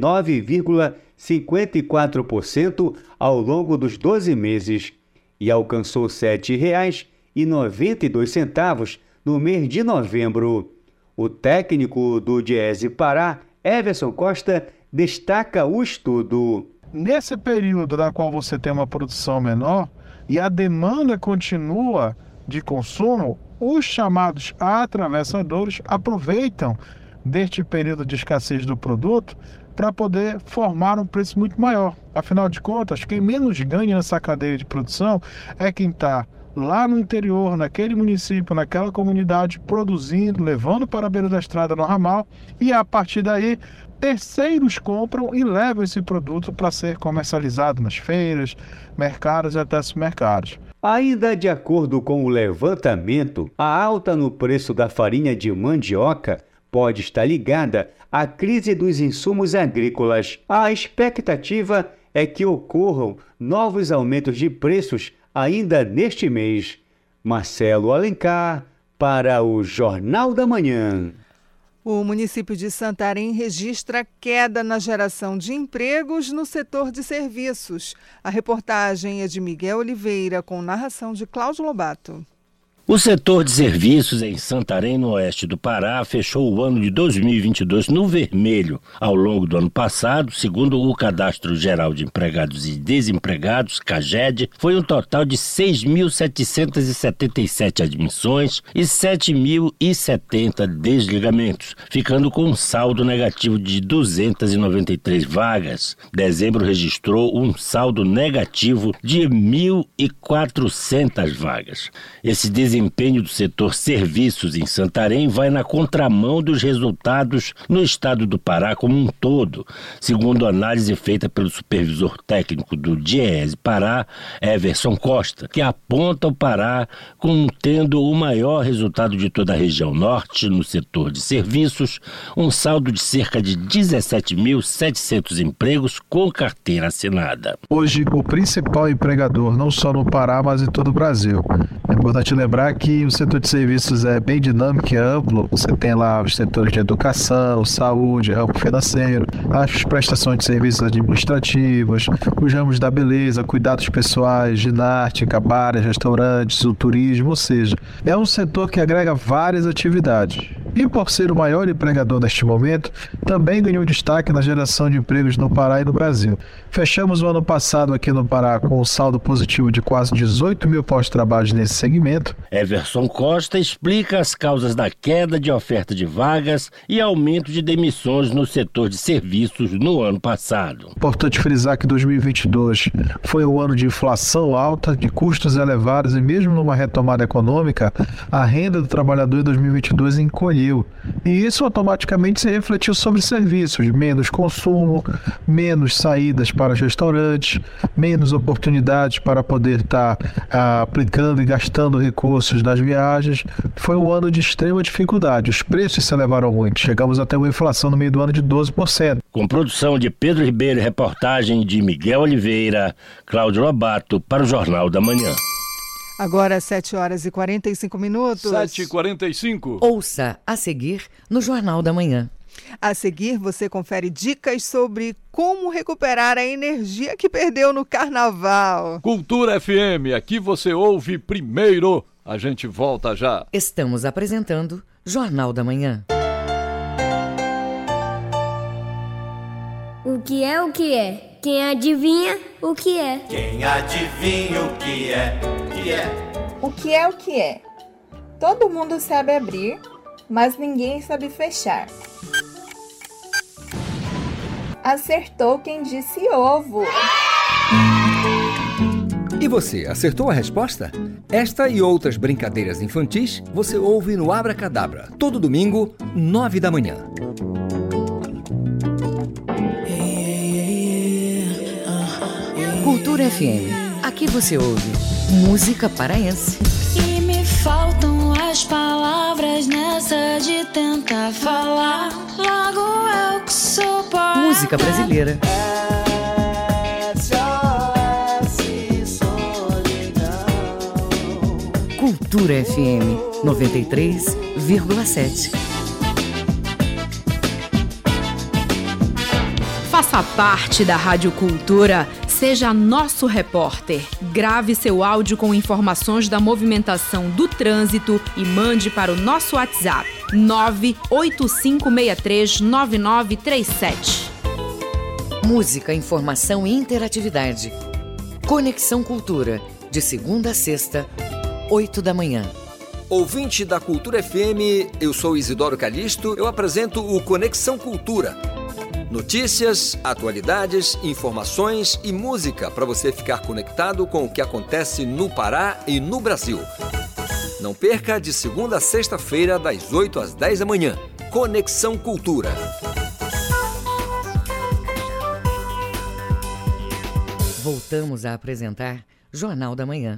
9,54% ao longo dos 12 meses e alcançou R$ 7,92 no mês de novembro. O técnico do Diese Pará, Everson Costa, destaca o estudo. Nesse período na qual você tem uma produção menor e a demanda continua de consumo, os chamados atravessadores aproveitam deste período de escassez do produto para poder formar um preço muito maior. Afinal de contas, quem menos ganha nessa cadeia de produção é quem está lá no interior, naquele município, naquela comunidade, produzindo, levando para a beira da estrada no ramal, e a partir daí terceiros compram e levam esse produto para ser comercializado nas feiras, mercados e até supermercados. Ainda de acordo com o levantamento, a alta no preço da farinha de mandioca pode estar ligada à crise dos insumos agrícolas. A expectativa é que ocorram novos aumentos de preços ainda neste mês. Marcelo Alencar, para o Jornal da Manhã. O município de Santarém registra queda na geração de empregos no setor de serviços. A reportagem é de Miguel Oliveira, com narração de Cláudio Lobato. O setor de serviços em Santarém, no oeste do Pará, fechou o ano de 2022 no vermelho. Ao longo do ano passado, segundo o Cadastro Geral de Empregados e Desempregados, CAGED, foi um total de 6.777 admissões e 7.070 desligamentos, ficando com um saldo negativo de 293 vagas. Dezembro registrou um saldo negativo de 1.400 vagas. Esse desempenho do setor serviços em Santarém vai na contramão dos resultados no estado do Pará como um todo, segundo análise feita pelo supervisor técnico do Diese Pará, Everson Costa, que aponta o Pará como tendo o maior resultado de toda a região norte no setor de serviços, um saldo de cerca de 17.700 empregos com carteira assinada. Hoje, o principal empregador, não só no Pará, mas em todo o Brasil. É importante lembrar que o setor de serviços é bem dinâmico e amplo. Você tem lá os setores de educação, saúde, ramo financeiro, as prestações de serviços administrativos, os ramos da beleza, cuidados pessoais, ginástica, bares, restaurantes, o turismo, ou seja, é um setor que agrega várias atividades. E por ser o maior empregador neste momento, também ganhou destaque na geração de empregos no Pará e no Brasil. Fechamos o ano passado aqui no Pará com um saldo positivo de quase 18 mil postos de trabalho nesse segmento. Everson Costa explica as causas da queda de oferta de vagas e aumento de demissões no setor de serviços no ano passado. Importante frisar que 2022 foi um ano de inflação alta, de custos elevados e mesmo numa retomada econômica, a renda do trabalhador em 2022 encolheu caiu. E isso automaticamente se refletiu sobre serviços, menos consumo, menos saídas para restaurantes, menos oportunidades para poder estar aplicando e gastando recursos nas viagens. Foi um ano de extrema dificuldade. Os preços se elevaram muito. Chegamos até uma inflação no meio do ano de 12%. Com produção de Pedro Ribeiro e reportagem de Miguel Oliveira, Cláudio Lobato para o Jornal da Manhã. Agora 7h45. 7h45. Ouça a seguir no Jornal da Manhã. A seguir, você confere dicas sobre como recuperar a energia que perdeu no Carnaval. Cultura FM, aqui você ouve primeiro. A gente volta já. Estamos apresentando Jornal da Manhã. O que é o que é? Quem adivinha o que é? Quem adivinha o que é? O que é o que é? Todo mundo sabe abrir, mas ninguém sabe fechar. Acertou quem disse ovo. E você, acertou a resposta? Esta e outras brincadeiras infantis você ouve no Abracadabra, todo domingo, 9 da manhã. Cultura FM. Aqui você ouve música paraense. E me faltam as palavras nessa de tentar falar. Logo eu que sou poeta. Música brasileira. Cultura FM 93,7. Faça parte da Rádio Cultura, seja nosso repórter. Grave seu áudio com informações da movimentação do trânsito e mande para o nosso WhatsApp 985639937. Música, informação e interatividade. Conexão Cultura, de segunda a sexta, 8 da manhã. Ouvinte da Cultura FM, eu sou Isidoro Calixto, eu apresento o Conexão Cultura. Notícias, atualidades, informações e música para você ficar conectado com o que acontece no Pará e no Brasil. Não perca, de segunda a sexta-feira, das 8 às 10 da manhã. Conexão Cultura. Voltamos a apresentar Jornal da Manhã.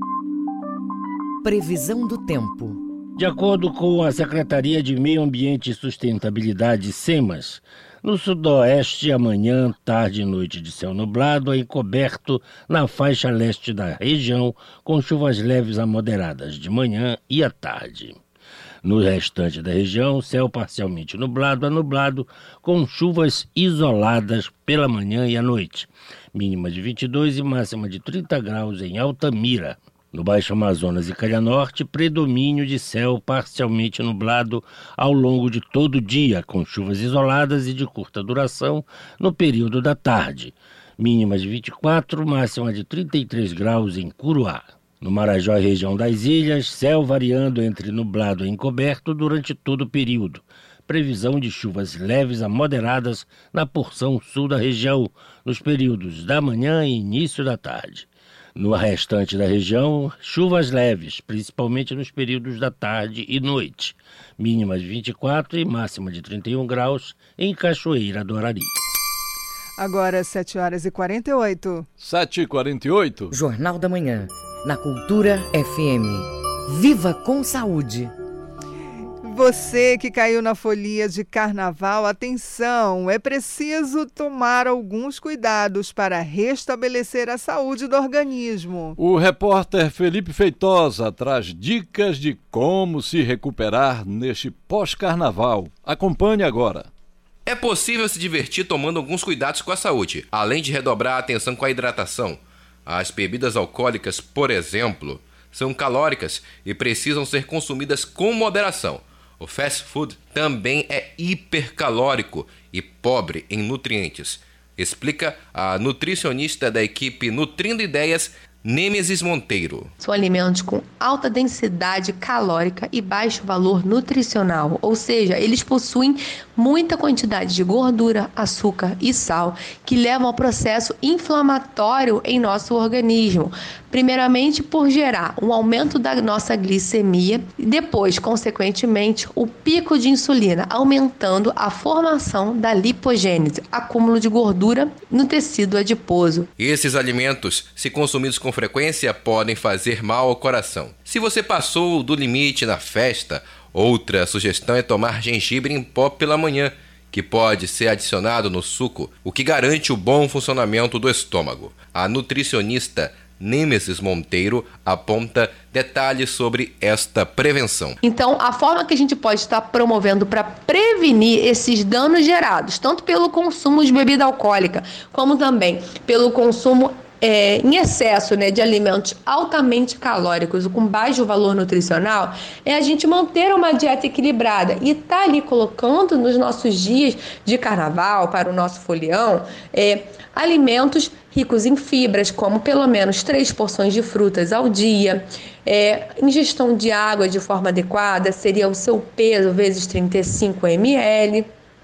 Previsão do tempo. De acordo com a Secretaria de Meio Ambiente e Sustentabilidade, SEMAS, no sudoeste, amanhã, tarde e noite de céu nublado, encoberto na faixa leste da região, com chuvas leves a moderadas de manhã e à tarde. No restante da região, céu parcialmente nublado a nublado, com chuvas isoladas pela manhã e à noite. Mínima de 22 e máxima de 30 graus em Altamira. No Baixo Amazonas e Calha Norte, predomínio de céu parcialmente nublado ao longo de todo o dia, com chuvas isoladas e de curta duração no período da tarde. Mínima de 24, máxima de 33 graus em Curuá. No Marajó e região das ilhas, céu variando entre nublado e encoberto durante todo o período. Previsão de chuvas leves a moderadas na porção sul da região, nos períodos da manhã e início da tarde. No restante da região, chuvas leves, principalmente nos períodos da tarde e noite. Mínima de 24 e máxima de 31 graus em Cachoeira do Arari. Agora 7h48. 7h48. Jornal da Manhã, na Cultura FM. Viva com saúde. Você que caiu na folia de carnaval, atenção, é preciso tomar alguns cuidados para restabelecer a saúde do organismo. O repórter Felipe Feitosa traz dicas de como se recuperar neste pós-carnaval. Acompanhe agora. É possível se divertir tomando alguns cuidados com a saúde, além de redobrar a atenção com a hidratação. As bebidas alcoólicas, por exemplo, são calóricas e precisam ser consumidas com moderação. O fast food também é hipercalórico e pobre em nutrientes, explica a nutricionista da equipe Nutrindo Ideias, Nêmesis Monteiro. São alimentos com alta densidade calórica e baixo valor nutricional, ou seja, eles possuem muita quantidade de gordura, açúcar e sal, que levam ao processo inflamatório em nosso organismo, Primeiramente, por gerar um aumento da nossa glicemia e depois, consequentemente, o pico de insulina, aumentando a formação da lipogênese, acúmulo de gordura no tecido adiposo. Esses alimentos, se consumidos com frequência, podem fazer mal ao coração. Se você passou do limite na festa, outra sugestão é tomar gengibre em pó pela manhã, que pode ser adicionado no suco, o que garante o bom funcionamento do estômago. A nutricionista Nêmesis Monteiro aponta detalhes sobre esta prevenção. Então, a forma que a gente pode estar promovendo para prevenir esses danos gerados, tanto pelo consumo de bebida alcoólica, como também pelo consumo em excesso, de alimentos altamente calóricos com baixo valor nutricional, é a gente manter uma dieta equilibrada e tá ali colocando nos nossos dias de carnaval, para o nosso folião, alimentos ricos em fibras, como pelo menos 3 porções de frutas ao dia, ingestão de água de forma adequada, seria o seu peso vezes 35 ml,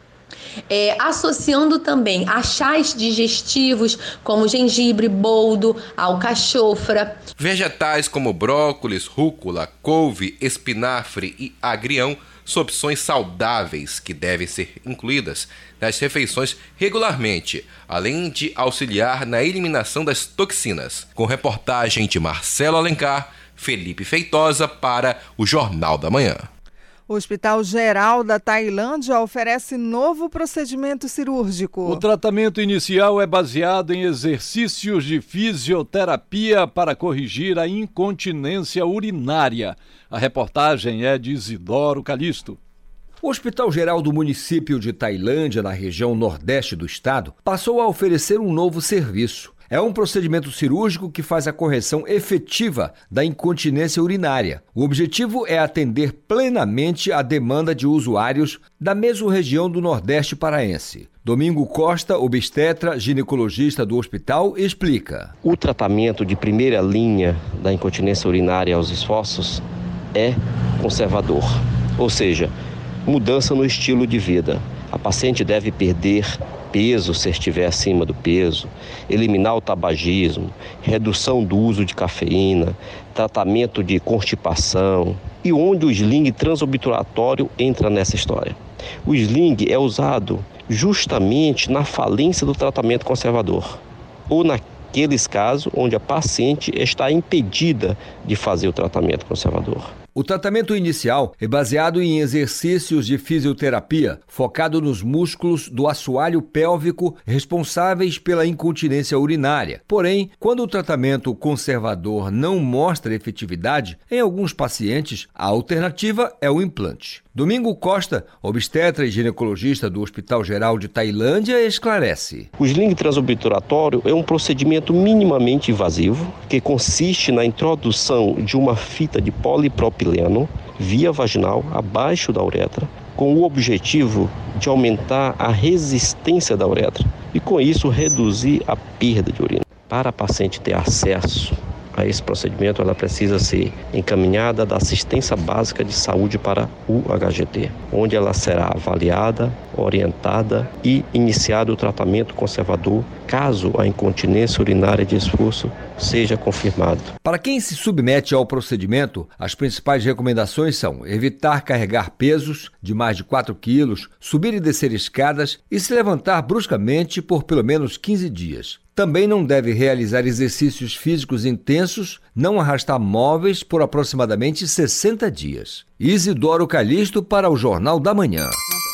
associando também a chás digestivos como gengibre, boldo, alcachofra. Vegetais como brócolis, rúcula, couve, espinafre e agrião são opções saudáveis que devem ser incluídas nas refeições regularmente, além de auxiliar na eliminação das toxinas. Com reportagem de Marcelo Alencar, Felipe Feitosa para o Jornal da Manhã. O Hospital Geral da Tailândia oferece novo procedimento cirúrgico. O tratamento inicial é baseado em exercícios de fisioterapia para corrigir a incontinência urinária. A reportagem é de Isidoro Calixto. O Hospital Geral do município de Tailândia, na região nordeste do estado, passou a oferecer um novo serviço. É um procedimento cirúrgico que faz a correção efetiva da incontinência urinária. O objetivo é atender plenamente a demanda de usuários da mesorregião do Nordeste paraense. Domingo Costa, obstetra, ginecologista do hospital, explica. O tratamento de primeira linha da incontinência urinária aos esforços é conservador, ou seja, mudança no estilo de vida. A paciente deve perder peso se estiver acima do peso, eliminar o tabagismo, redução do uso de cafeína, tratamento de constipação e onde o sling transobturatório entra nessa história. O sling é usado justamente na falência do tratamento conservador ou naqueles casos onde a paciente está impedida de fazer o tratamento conservador. O tratamento inicial é baseado em exercícios de fisioterapia, focado nos músculos do assoalho pélvico responsáveis pela incontinência urinária. Porém, quando o tratamento conservador não mostra efetividade, em alguns pacientes, a alternativa é o implante. Domingo Costa, obstetra e ginecologista do Hospital Geral de Tailândia, esclarece. O sling transobturatório é um procedimento minimamente invasivo que consiste na introdução de uma fita de polipropileno via vaginal abaixo da uretra, com o objetivo de aumentar a resistência da uretra e, com isso, reduzir a perda de urina. Para a paciente ter acesso a esse procedimento, ela precisa ser encaminhada da assistência básica de saúde para o HGT, onde ela será avaliada, orientada e iniciado o tratamento conservador caso a incontinência urinária de esforço seja confirmado. Para quem se submete ao procedimento, as principais recomendações são evitar carregar pesos de mais de 4 quilos, subir e descer escadas e se levantar bruscamente por pelo menos 15 dias. Também não deve realizar exercícios físicos intensos, não arrastar móveis por aproximadamente 60 dias. Isidoro Calixto para o Jornal da Manhã.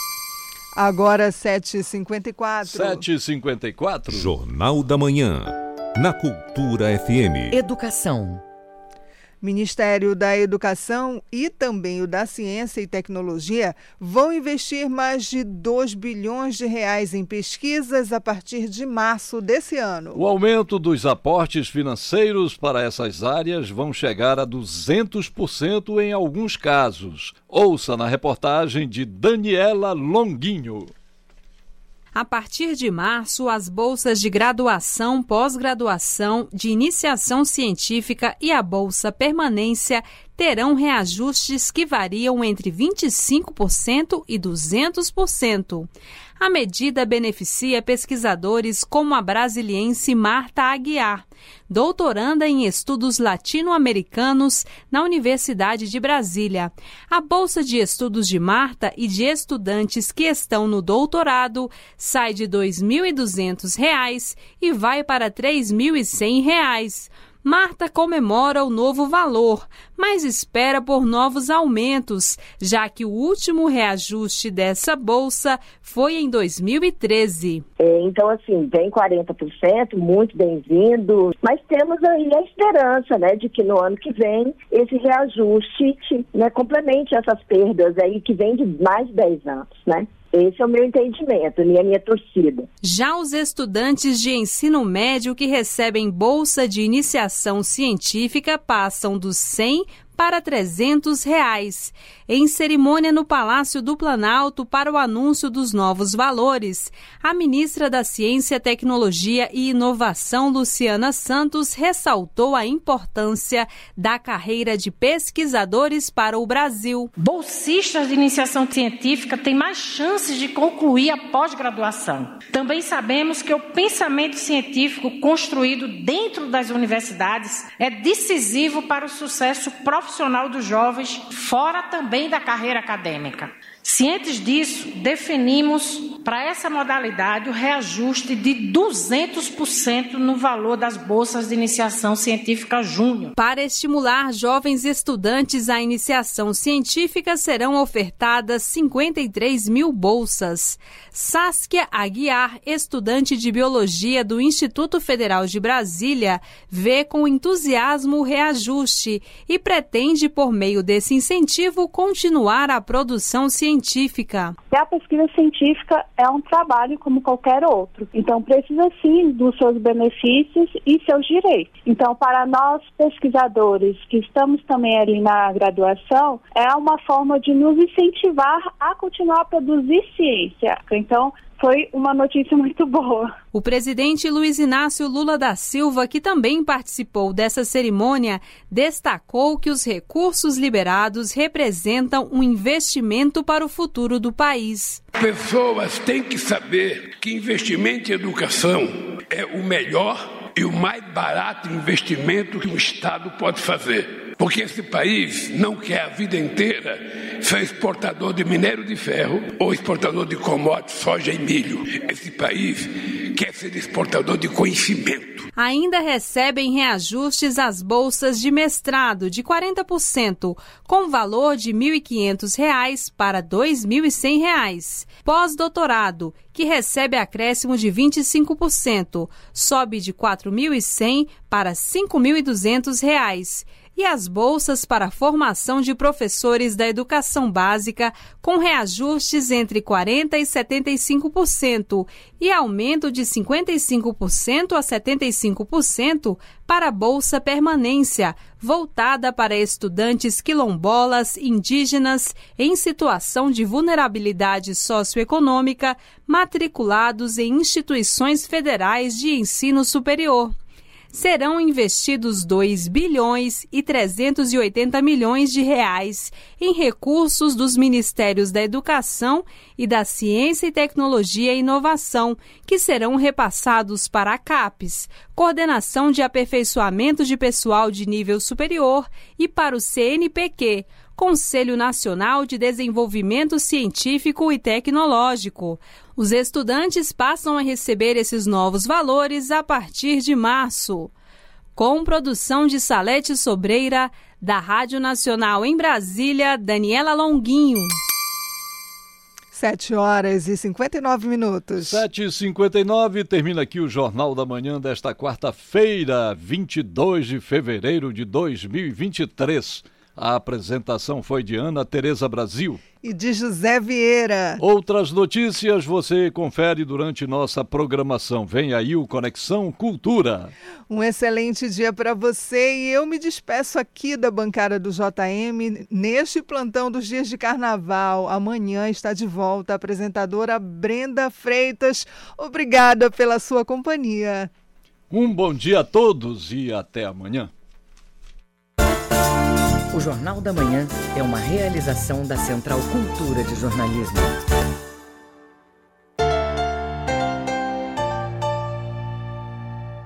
Agora 7h54. 7h54. Jornal da Manhã. Na Cultura FM. Educação. Ministério da Educação e também o da Ciência e Tecnologia vão investir mais de 2 bilhões de reais em pesquisas a partir de março desse ano. O aumento dos aportes financeiros para essas áreas vão chegar a 200% em alguns casos. Ouça na reportagem de Daniela Longuinho. A partir de março, as bolsas de graduação, pós-graduação, de iniciação científica e a bolsa permanência terão reajustes que variam entre 25% e 200%. A medida beneficia pesquisadores como a brasiliense Marta Aguiar, doutoranda em estudos latino-americanos na Universidade de Brasília. A bolsa de estudos de Marta e de estudantes que estão no doutorado sai de R$ 2.200 e vai para R$ 3.100. Marta comemora o novo valor, mas espera por novos aumentos, já que o último reajuste dessa bolsa foi em 2013. Então, assim, vem 40%, muito bem-vindo, mas temos aí a esperança, né, de que no ano que vem esse reajuste, né, complemente essas perdas aí que vem de mais de 10 anos, né? Esse é o meu entendimento e a minha torcida. Já os estudantes de ensino médio que recebem bolsa de iniciação científica passam dos R$ 100 para R$ 300. Em cerimônia no Palácio do Planalto para o anúncio dos novos valores, a ministra da Ciência, Tecnologia e Inovação, Luciana Santos, ressaltou a importância da carreira de pesquisadores para o Brasil. Bolsistas de iniciação científica têm mais chances de concluir a pós-graduação. Também sabemos que o pensamento científico construído dentro das universidades é decisivo para o sucesso profissional dos jovens, fora também da carreira acadêmica. Cientes disso, definimos para essa modalidade o reajuste de 200% no valor das bolsas de iniciação científica júnior. Para estimular jovens estudantes à iniciação científica, serão ofertadas 53 mil bolsas. Saskia Aguiar, estudante de Biologia do Instituto Federal de Brasília, vê com entusiasmo o reajuste e pretende, por meio desse incentivo, continuar a produção científica. A pesquisa científica é um trabalho como qualquer outro, então precisa sim dos seus benefícios e seus direitos. Então, para nós pesquisadores que estamos também ali na graduação, é uma forma de nos incentivar a continuar a produzir ciência. Então, foi uma notícia muito boa. O presidente Luiz Inácio Lula da Silva, que também participou dessa cerimônia, destacou que os recursos liberados representam um investimento para o futuro do país. Pessoas têm que saber que investimento em educação é o melhor e o mais barato investimento que um Estado pode fazer. Porque esse país não quer a vida inteira ser exportador de minério de ferro ou exportador de commodities, soja e milho. Esse país quer ser exportador de conhecimento. Ainda recebem reajustes as bolsas de mestrado de 40%, com valor de R$ 1.500 para R$ 2.100. Pós-doutorado, que recebe acréscimo de 25%, sobe de R$ 4.100 para R$ 5.200. E as bolsas para a formação de professores da educação básica com reajustes entre 40% e 75% e aumento de 55% a 75% para a Bolsa Permanência, voltada para estudantes quilombolas, indígenas em situação de vulnerabilidade socioeconômica, matriculados em instituições federais de ensino superior. Serão investidos 2 bilhões e 380 milhões de reais em recursos dos Ministérios da Educação e da Ciência e Tecnologia e Inovação, que serão repassados para a CAPES, Coordenação de Aperfeiçoamento de Pessoal de Nível Superior, e para o CNPq, Conselho Nacional de Desenvolvimento Científico e Tecnológico. Os estudantes passam a receber esses novos valores a partir de março. Com produção de Salete Sobreira, da Rádio Nacional em Brasília, Daniela Longuinho. 7h59. 7h59, termina aqui o Jornal da Manhã desta quarta-feira, 22 de fevereiro de 2023. A apresentação foi de Ana Tereza Brasil e de José Vieira. Outras notícias você confere durante nossa programação. Vem aí o Conexão Cultura. Um excelente dia para você e eu me despeço aqui da bancada do JM neste plantão dos dias de carnaval. Amanhã está de volta a apresentadora Brenda Freitas. Obrigada pela sua companhia. Um bom dia a todos e até amanhã. O Jornal da Manhã é uma realização da Central Cultura de Jornalismo.